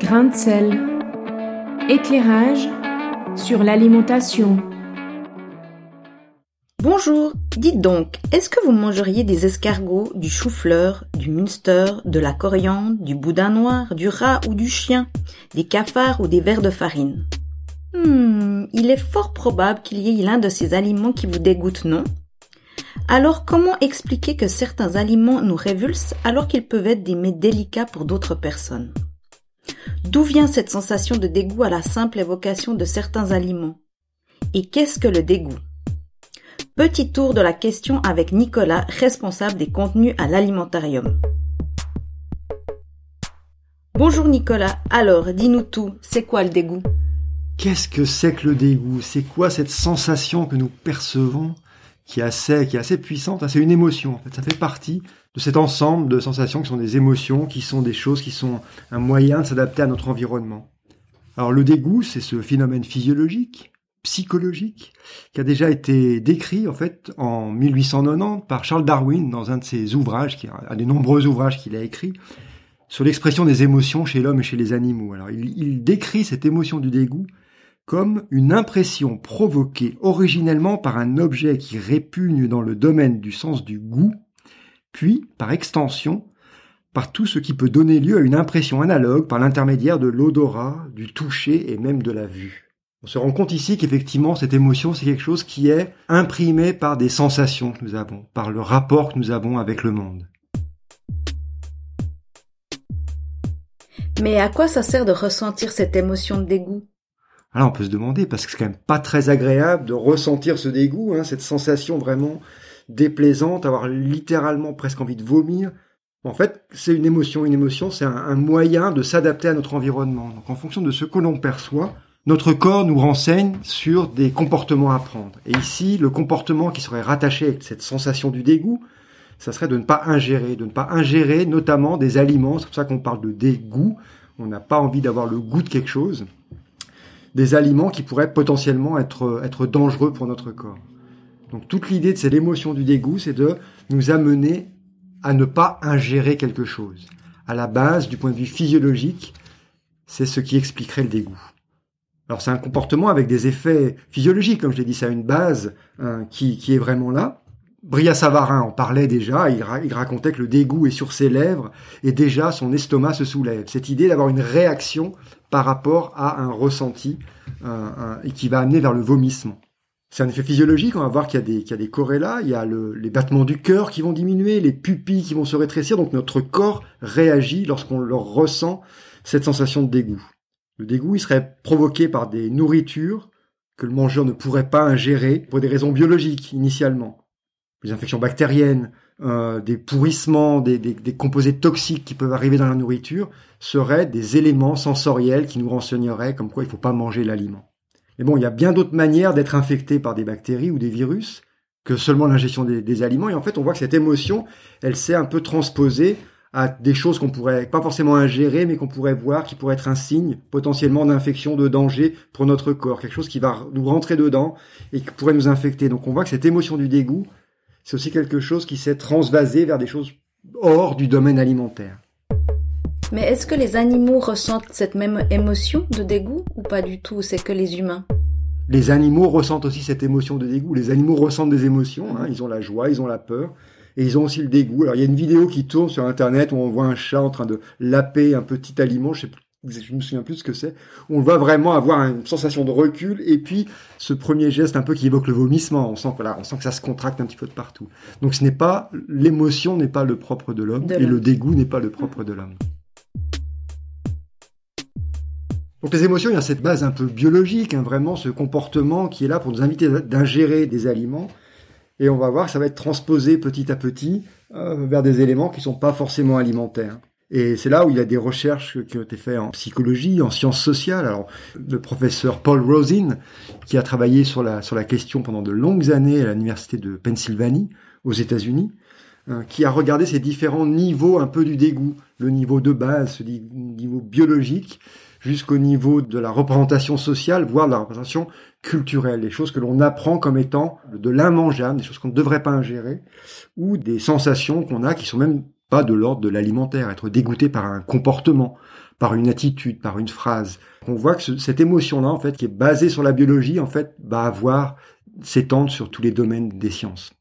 Grain de sel. Éclairage sur l'alimentation. Bonjour, dites donc, est-ce que vous mangeriez des escargots, du chou-fleur, du Munster, de la coriandre, du boudin noir, du rat ou du chien, des cafards ou des vers de farine? Il est fort probable qu'il y ait l'un de ces aliments qui vous dégoûte, non? Alors comment expliquer que certains aliments nous révulsent alors qu'ils peuvent être des mets délicats pour d'autres personnes? D'où vient cette sensation de dégoût à la simple évocation de certains aliments? Et qu'est-ce que le dégoût? Petit tour de la question avec Nicolas, responsable des contenus à l'Alimentarium. Bonjour Nicolas, alors dis-nous tout, c'est quoi le dégoût? Qu'est-ce que c'est que le dégoût? C'est quoi cette sensation que nous percevons qui est assez puissante? C'est une émotion, en fait. Ça fait partie de cet ensemble de sensations qui sont des émotions, qui sont des choses qui sont un moyen de s'adapter à notre environnement. Alors le dégoût, c'est ce phénomène physiologique, psychologique, qui a déjà été décrit en fait en 1890 par Charles Darwin dans un de ses ouvrages, un des nombreux ouvrages qu'il a écrits, sur l'expression des émotions chez l'homme et chez les animaux. Alors il décrit cette émotion du dégoût comme une impression provoquée originellement par un objet qui répugne dans le domaine du sens du goût, puis, par extension, par tout ce qui peut donner lieu à une impression analogue par l'intermédiaire de l'odorat, du toucher et même de la vue. On se rend compte ici qu'effectivement, cette émotion, c'est quelque chose qui est imprimé par des sensations que nous avons, par le rapport que nous avons avec le monde. Mais à quoi ça sert de ressentir cette émotion de dégoût? Alors on peut se demander, parce que c'est quand même pas très agréable de ressentir ce dégoût, cette sensation vraiment déplaisante, avoir littéralement presque envie de vomir. En fait, c'est une émotion. Une émotion, c'est un moyen de s'adapter à notre environnement. Donc en fonction de ce que l'on perçoit, notre corps nous renseigne sur des comportements à prendre. Et ici, le comportement qui serait rattaché avec cette sensation du dégoût, ça serait de ne pas ingérer notamment des aliments. C'est pour ça qu'on parle de dégoût. On n'a pas envie d'avoir le goût de quelque chose. Des aliments qui pourraient potentiellement être dangereux pour notre corps. Donc toute l'idée de cette émotion du dégoût, c'est de nous amener à ne pas ingérer quelque chose. À la base, du point de vue physiologique, c'est ce qui expliquerait le dégoût. Alors c'est un comportement avec des effets physiologiques, comme je l'ai dit, ça a une base qui est vraiment là. Brillat-Savarin en parlait déjà, il racontait que le dégoût est sur ses lèvres et déjà son estomac se soulève. Cette idée d'avoir une réaction par rapport à un ressenti et qui va amener vers le vomissement. C'est un effet physiologique, on va voir qu'il y a des corrélats, il y a les battements du cœur qui vont diminuer, les pupilles qui vont se rétrécir, donc notre corps réagit lorsqu'on leur ressent cette sensation de dégoût. Le dégoût, il serait provoqué par des nourritures que le mangeur ne pourrait pas ingérer pour des raisons biologiques initialement. Des infections bactériennes, des pourrissements, des composés toxiques qui peuvent arriver dans la nourriture seraient des éléments sensoriels qui nous renseigneraient comme quoi il ne faut pas manger l'aliment. Mais bon, il y a bien d'autres manières d'être infecté par des bactéries ou des virus que seulement l'ingestion des aliments. Et en fait, on voit que cette émotion, elle s'est un peu transposée à des choses qu'on pourrait pas forcément ingérer, mais qu'on pourrait voir, qui pourrait être un signe potentiellement d'infection, de danger pour notre corps. Quelque chose qui va nous rentrer dedans et qui pourrait nous infecter. Donc on voit que cette émotion du dégoût, c'est aussi quelque chose qui s'est transvasé vers des choses hors du domaine alimentaire. Mais est-ce que les animaux ressentent cette même émotion de dégoût ou pas du tout? C'est que les humains? Les animaux ressentent aussi cette émotion de dégoût. Les animaux ressentent des émotions. Ils ont la joie, ils ont la peur. Et ils ont aussi le dégoût. Alors il y a une vidéo qui tourne sur Internet où on voit un chat en train de laper un petit aliment. Je me souviens plus de ce que c'est. On va vraiment avoir une sensation de recul. Et puis ce premier geste un peu qui évoque le vomissement. On sent que ça se contracte un petit peu de partout. Donc l'émotion n'est pas le propre de l'homme. Et le dégoût n'est pas le propre de l'homme. Donc les émotions, il y a cette base un peu biologique, vraiment ce comportement qui est là pour nous inviter d'ingérer des aliments. Et on va voir que ça va être transposé petit à petit vers des éléments qui ne sont pas forcément alimentaires. Et c'est là où il y a des recherches qui ont été faites en psychologie, en sciences sociales. Alors le professeur Paul Rosin, qui a travaillé sur la question pendant de longues années à l'université de Pennsylvanie, aux États-Unis, qui a regardé ces différents niveaux un peu du dégoût. Le niveau de base, ce niveau biologique, jusqu'au niveau de la représentation sociale, voire de la représentation culturelle, des choses que l'on apprend comme étant de l'immangeable, des choses qu'on ne devrait pas ingérer, ou des sensations qu'on a qui sont même pas de l'ordre de l'alimentaire, être dégoûté par un comportement, par une attitude, par une phrase. On voit que cette émotion-là, en fait, qui est basée sur la biologie, en fait, va s'étendre sur tous les domaines des sciences.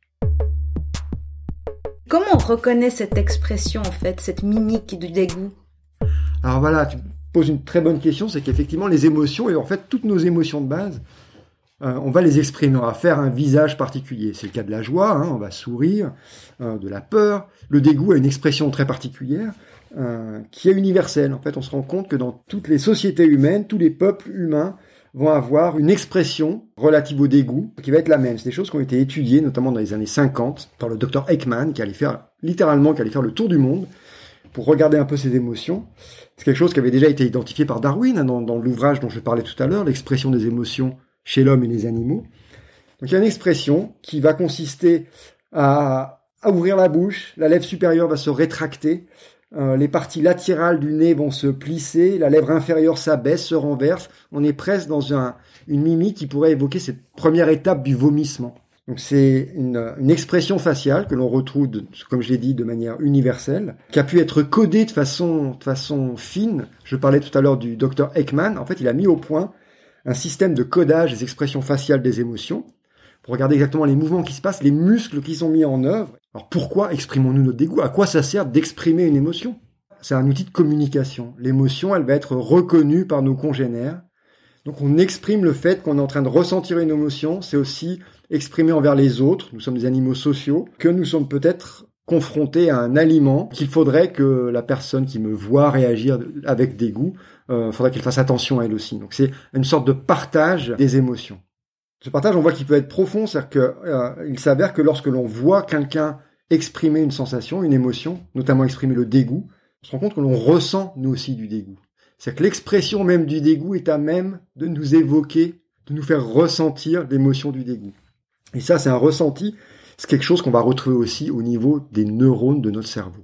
Comment on reconnaît cette expression, en fait, cette mimique du dégoût? Alors voilà, tu poses une très bonne question, c'est qu'effectivement, les émotions, et en fait, toutes nos émotions de base, on va les exprimer, on va faire un visage particulier. C'est le cas de la joie, on va sourire, de la peur. Le dégoût a une expression très particulière qui est universelle. En fait, on se rend compte que dans toutes les sociétés humaines, tous les peuples humains vont avoir une expression relative au dégoût qui va être la même. C'est des choses qui ont été étudiées, notamment dans les années 50, par le docteur Ekman, qui allait faire le tour du monde pour regarder un peu ces émotions. C'est quelque chose qui avait déjà été identifié par Darwin dans l'ouvrage dont je parlais tout à l'heure, l'expression des émotions chez l'homme et les animaux. Donc il y a une expression qui va consister à ouvrir la bouche, la lèvre supérieure va se rétracter, les parties latérales du nez vont se plisser, la lèvre inférieure s'abaisse, se renverse. On est presque dans une mimique qui pourrait évoquer cette première étape du vomissement. Donc c'est une expression faciale que l'on retrouve, comme je l'ai dit, de manière universelle, qui a pu être codée de façon fine. Je parlais tout à l'heure du docteur Ekman. En fait, il a mis au point un système de codage des expressions faciales des émotions pour regarder exactement les mouvements qui se passent, les muscles qui sont mis en œuvre. Alors pourquoi exprimons-nous notre dégoût? À quoi ça sert d'exprimer une émotion? C'est un outil de communication. L'émotion, elle va être reconnue par nos congénères. Donc on exprime le fait qu'on est en train de ressentir une émotion. C'est aussi exprimer envers les autres, nous sommes des animaux sociaux, que nous sommes peut-être confrontés à un aliment qu'il faudrait que la personne qui me voit réagir avec dégoût, faudrait qu'elle fasse attention à elle aussi. Donc c'est une sorte de partage des émotions. Ce partage, on voit qu'il peut être profond, c'est-à-dire que il s'avère que lorsque l'on voit quelqu'un exprimer une sensation, une émotion, notamment exprimer le dégoût, on se rend compte que l'on ressent nous aussi du dégoût. C'est-à-dire que l'expression même du dégoût est à même de nous évoquer, de nous faire ressentir l'émotion du dégoût. Et ça, c'est un ressenti, c'est quelque chose qu'on va retrouver aussi au niveau des neurones de notre cerveau.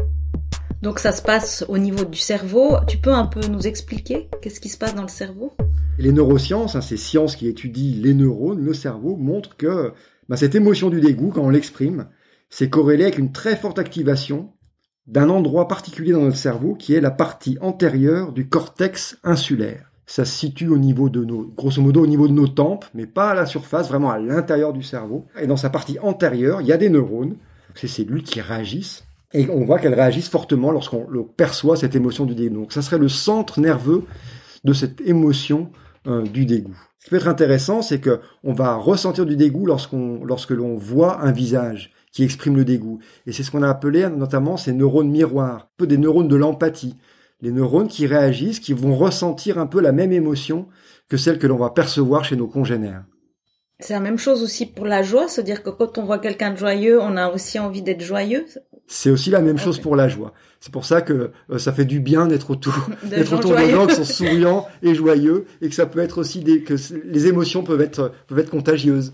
Donc ça se passe au niveau du cerveau. Tu peux un peu nous expliquer qu'est-ce qui se passe dans le cerveau? Les neurosciences, ces sciences qui étudient les neurones, le cerveau, montrent que cette émotion du dégoût, quand on l'exprime, c'est corrélé avec une très forte activation d'un endroit particulier dans notre cerveau qui est la partie antérieure du cortex insulaire. Ça se situe au niveau de grosso modo au niveau de nos tempes, mais pas à la surface, vraiment à l'intérieur du cerveau. Et dans sa partie antérieure, il y a des neurones, ces cellules qui réagissent, et on voit qu'elles réagissent fortement lorsqu'on perçoit cette émotion du dégoût. Donc ça serait le centre nerveux de cette émotion du dégoût. Ce qui peut être intéressant, c'est que on va ressentir du dégoût lorsque l'on voit un visage qui exprime le dégoût. Et c'est ce qu'on a appelé notamment ces neurones miroirs, un peu des neurones de l'empathie. Les neurones qui réagissent, qui vont ressentir un peu la même émotion que celle que l'on va percevoir chez nos congénères. C'est la même chose aussi pour la joie, c'est-à-dire que quand on voit quelqu'un de joyeux, on a aussi envie d'être joyeux. C'est aussi la même chose pour la joie. C'est pour ça que ça fait du bien d'être autour de gens qui sont souriants et joyeux, et que ça peut être aussi que les émotions peuvent être contagieuses.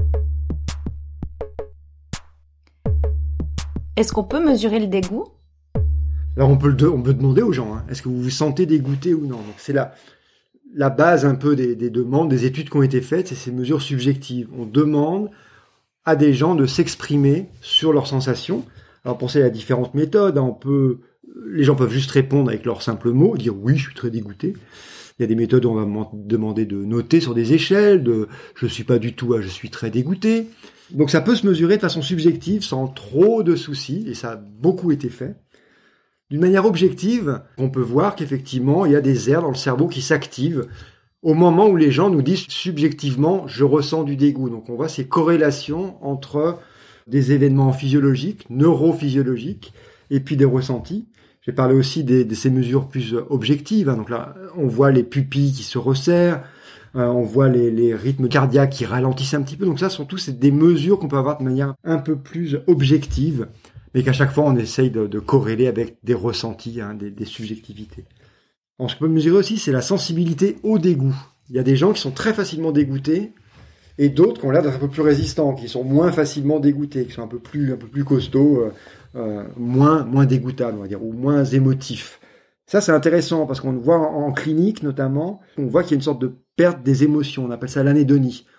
Est-ce qu'on peut mesurer le dégoût? Alors on peut demander aux gens, est-ce que vous vous sentez dégoûté ou non? Donc c'est la base un peu des demandes, des études qui ont été faites, c'est ces mesures subjectives. On demande à des gens de s'exprimer sur leurs sensations. Alors pour ça, il y a différentes méthodes. Les gens peuvent juste répondre avec leurs simples mots, dire oui, je suis très dégoûté. Il y a des méthodes où on va demander de noter sur des échelles, je suis pas du tout à je suis très dégoûté. Donc ça peut se mesurer de façon subjective sans trop de soucis, et ça a beaucoup été fait. D'une manière objective, on peut voir qu'effectivement, il y a des aires dans le cerveau qui s'activent au moment où les gens nous disent subjectivement « je ressens du dégoût ». Donc on voit ces corrélations entre des événements physiologiques, neurophysiologiques, et puis des ressentis. J'ai parlé aussi de ces mesures plus objectives. Donc là, on voit les pupilles qui se resserrent, on voit les rythmes cardiaques qui ralentissent un petit peu. Donc ça, surtout, c'est des mesures qu'on peut avoir de manière un peu plus objective, mais qu'à chaque fois, on essaye de corréler avec des ressentis, des subjectivités. Alors, ce qu'on peut mesurer aussi, c'est la sensibilité au dégoût. Il y a des gens qui sont très facilement dégoûtés, et d'autres qui ont l'air d'être un peu plus résistants, qui sont moins facilement dégoûtés, qui sont un peu plus costauds, moins dégoûtables, on va dire, ou moins émotifs. Ça, c'est intéressant, parce qu'on voit en clinique, notamment, on voit qu'il y a une sorte de perte des émotions. On appelle ça l'anédonie.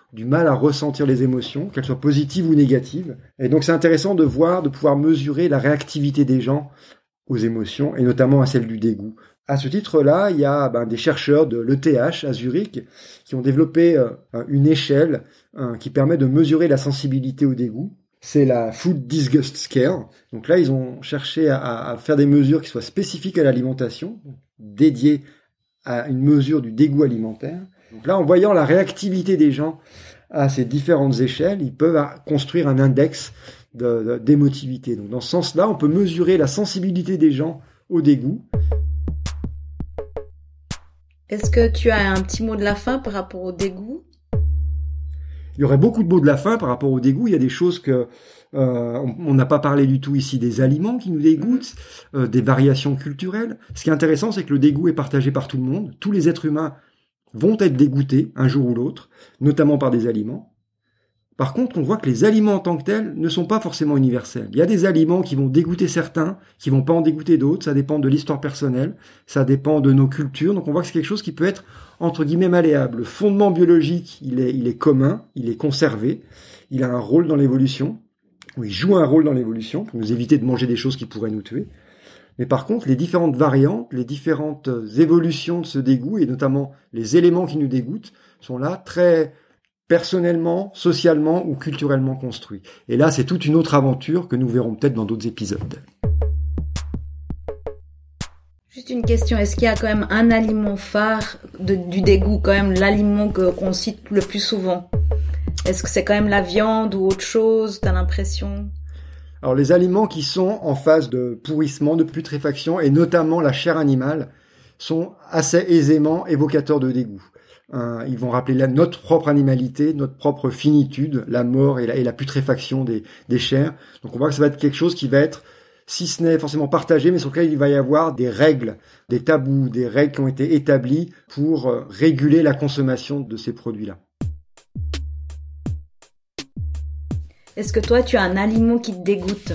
du mal à ressentir les émotions, qu'elles soient positives ou négatives. Et donc c'est intéressant de pouvoir mesurer la réactivité des gens aux émotions, et notamment à celle du dégoût. À ce titre-là, il y a des chercheurs de l'ETH à Zurich qui ont développé une échelle qui permet de mesurer la sensibilité au dégoût. C'est la Food Disgust Scale. Donc là, ils ont cherché à faire des mesures qui soient spécifiques à l'alimentation, dédiées à une mesure du dégoût alimentaire. Donc là, en voyant la réactivité des gens à ces différentes échelles, ils peuvent construire un index d'émotivité. Donc dans ce sens-là, on peut mesurer la sensibilité des gens au dégoût. Est-ce que tu as un petit mot de la fin par rapport au dégoût? Il y aurait beaucoup de mots de la fin par rapport au dégoût. Il y a des choses que on n'a pas parlé du tout ici, des aliments qui nous dégoûtent, des variations culturelles. Ce qui est intéressant, c'est que le dégoût est partagé par tout le monde. Tous les êtres humains vont être dégoûtés un jour ou l'autre, notamment par des aliments. Par contre, on voit que les aliments en tant que tels ne sont pas forcément universels. Il y a des aliments qui vont dégoûter certains, qui vont pas en dégoûter d'autres. Ça dépend de l'histoire personnelle, ça dépend de nos cultures. Donc on voit que c'est quelque chose qui peut être, entre guillemets, malléable. Le fondement biologique, il est commun, il est conservé, il a un rôle dans l'évolution, ou il joue un rôle dans l'évolution pour nous éviter de manger des choses qui pourraient nous tuer. Mais par contre, les différentes variantes, les différentes évolutions de ce dégoût, et notamment les éléments qui nous dégoûtent, sont là très personnellement, socialement ou culturellement construits. Et là, c'est toute une autre aventure que nous verrons peut-être dans d'autres épisodes. Juste une question, est-ce qu'il y a quand même un aliment phare du dégoût, quand même l'aliment qu'on cite le plus souvent? Est-ce que c'est quand même la viande ou autre chose, t'as l'impression? Alors les aliments qui sont en phase de pourrissement, de putréfaction, et notamment la chair animale, sont assez aisément évocateurs de dégoût. Ils vont rappeler notre propre animalité, notre propre finitude, la mort et la putréfaction des chairs. Donc on voit que ça va être quelque chose qui va être, si ce n'est forcément partagé, mais sur lequel il va y avoir des règles, des tabous, des règles qui ont été établies pour réguler la consommation de ces produits-là. Est-ce que toi, tu as un aliment qui te dégoûte?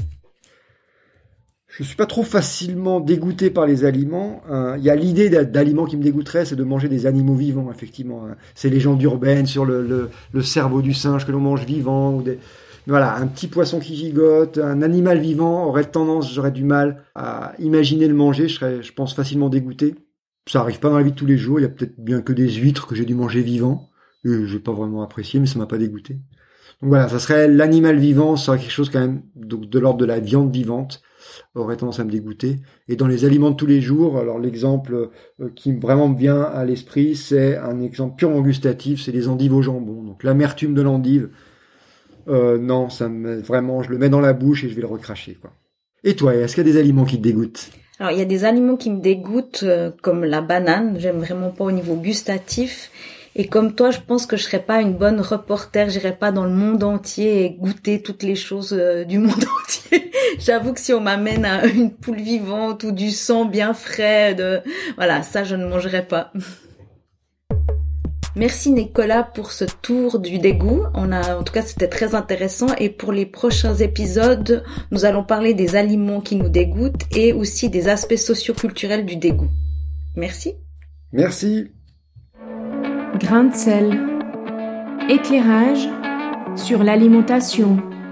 Je suis pas trop facilement dégoûté par les aliments. Il y a l'idée d'aliments qui me dégoûteraient, c'est de manger des animaux vivants, effectivement. C'est légendes urbaines sur le cerveau du singe que l'on mange vivant, ou voilà, un petit poisson qui gigote, un animal vivant j'aurais du mal à imaginer le manger, je pense facilement dégoûté. Ça arrive pas dans la vie de tous les jours, il y a peut-être bien que des huîtres que j'ai dû manger vivant, et j'ai pas vraiment apprécié, mais ça m'a pas dégoûté. Donc voilà, ça serait l'animal vivant, ça serait quelque chose quand même donc de l'ordre de la viande vivante, aurait tendance à me dégoûter. Et dans les aliments de tous les jours, alors l'exemple qui vraiment me vient à l'esprit, c'est un exemple purement gustatif, c'est les endives au jambon. Donc l'amertume de l'endive, non, vraiment, je le mets dans la bouche et je vais le recracher, quoi. Et toi, est-ce qu'il y a des aliments qui te dégoûtent? Alors, il y a des aliments qui me dégoûtent, comme la banane. J'aime vraiment pas au niveau gustatif. Et comme toi, je pense que je serais pas une bonne reporter. J'irais pas dans le monde entier et goûter toutes les choses du monde entier. J'avoue que si on m'amène à une poule vivante ou du sang bien frais, voilà, ça, je ne mangerais pas. Merci Nicolas pour ce tour du dégoût. En tout cas, c'était très intéressant. Et pour les prochains épisodes, nous allons parler des aliments qui nous dégoûtent et aussi des aspects socio-culturels du dégoût. Merci. Merci. Grain de sel. Éclairage sur l'alimentation.